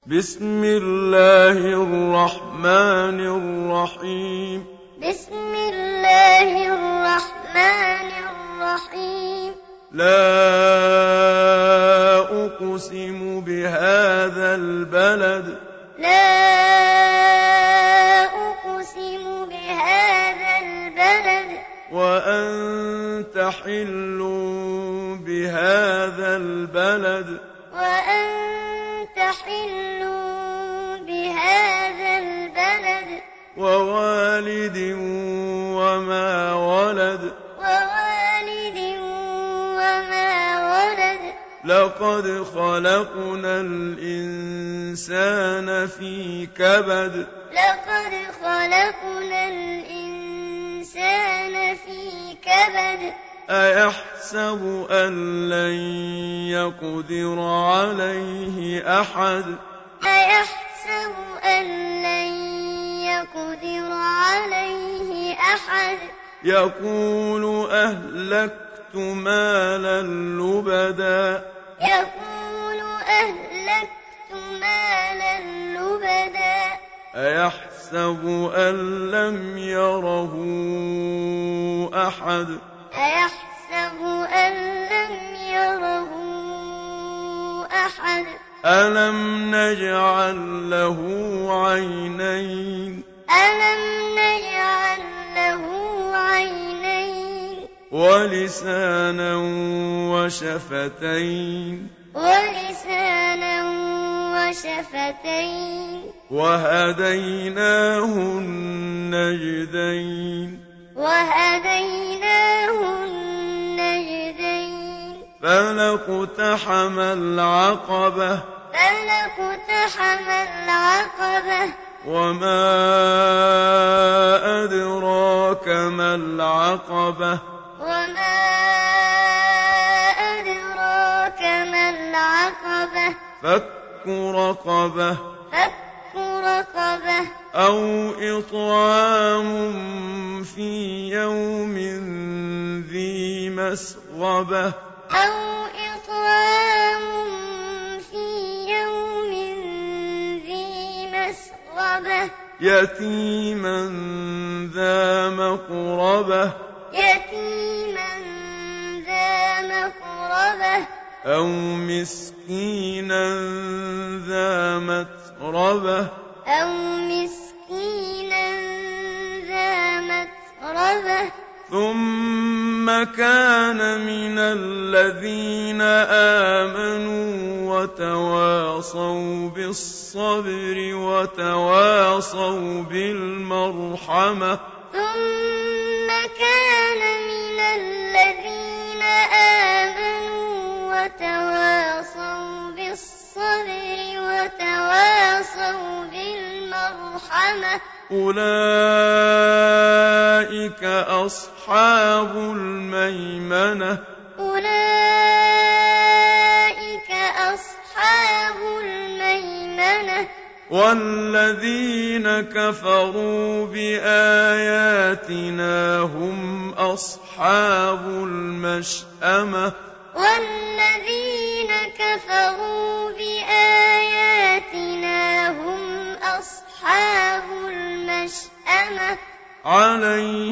بسم الله الرحمن الرحيم. بسم الله الرحمن الرحيم. لا أقسم بهذا البلد. لا أقسم بهذا البلد. وأنت حل بهذا البلد. وأنت حل بهذا البلد. ووالد وما ولد. ووالد وما ولد. لقد خلقنا الإنسان في كبد. لقد خلقنا الإنسان في كبد. أيحسب أن لن يقدر عليه أحد. أيحسب أن لن يقدر عليه أحد. يقول أهلكت مالا لبدا. يقول أهلكت مالا لبدا. أيحسب أن لم يره أحد. أيحسب أن لم يره أحد. ألم نجعل له عينين. ألم نجعل له عينين. ولسانا وشفتين. ولسانا وشفتين. وهديناه النجدين. وهديناه النجدين. فلاقتحم العقبة. فلاقتحم العقبة. وما أدراك ما العقبة. وما أدراك ما العقبة. فك رقبة. فك رقبة. أو إطعام في يوم ذي مسغبة. أو إطعام في يوم ذي مسغبة. يتيما ذا مقربة. يتيما ذا مقربة. أو مسكينا ذا متربة. أو مسكينا ذا متربة. ثم كان من الذين آمنوا وتواصوا بالصبر وتواصوا بالمرحمة. ثم كان من الذين آمنوا وتواصوا بالصبر وتواصوا بالمرحمة. أولئك أصحاب الميمنة. أولئك أصحاب الميمنة. والذين كفروا بآياتنا هم أصحاب المشأمة. والذين كفروا بآياتنا هم أصحاب المشأمة. عليهم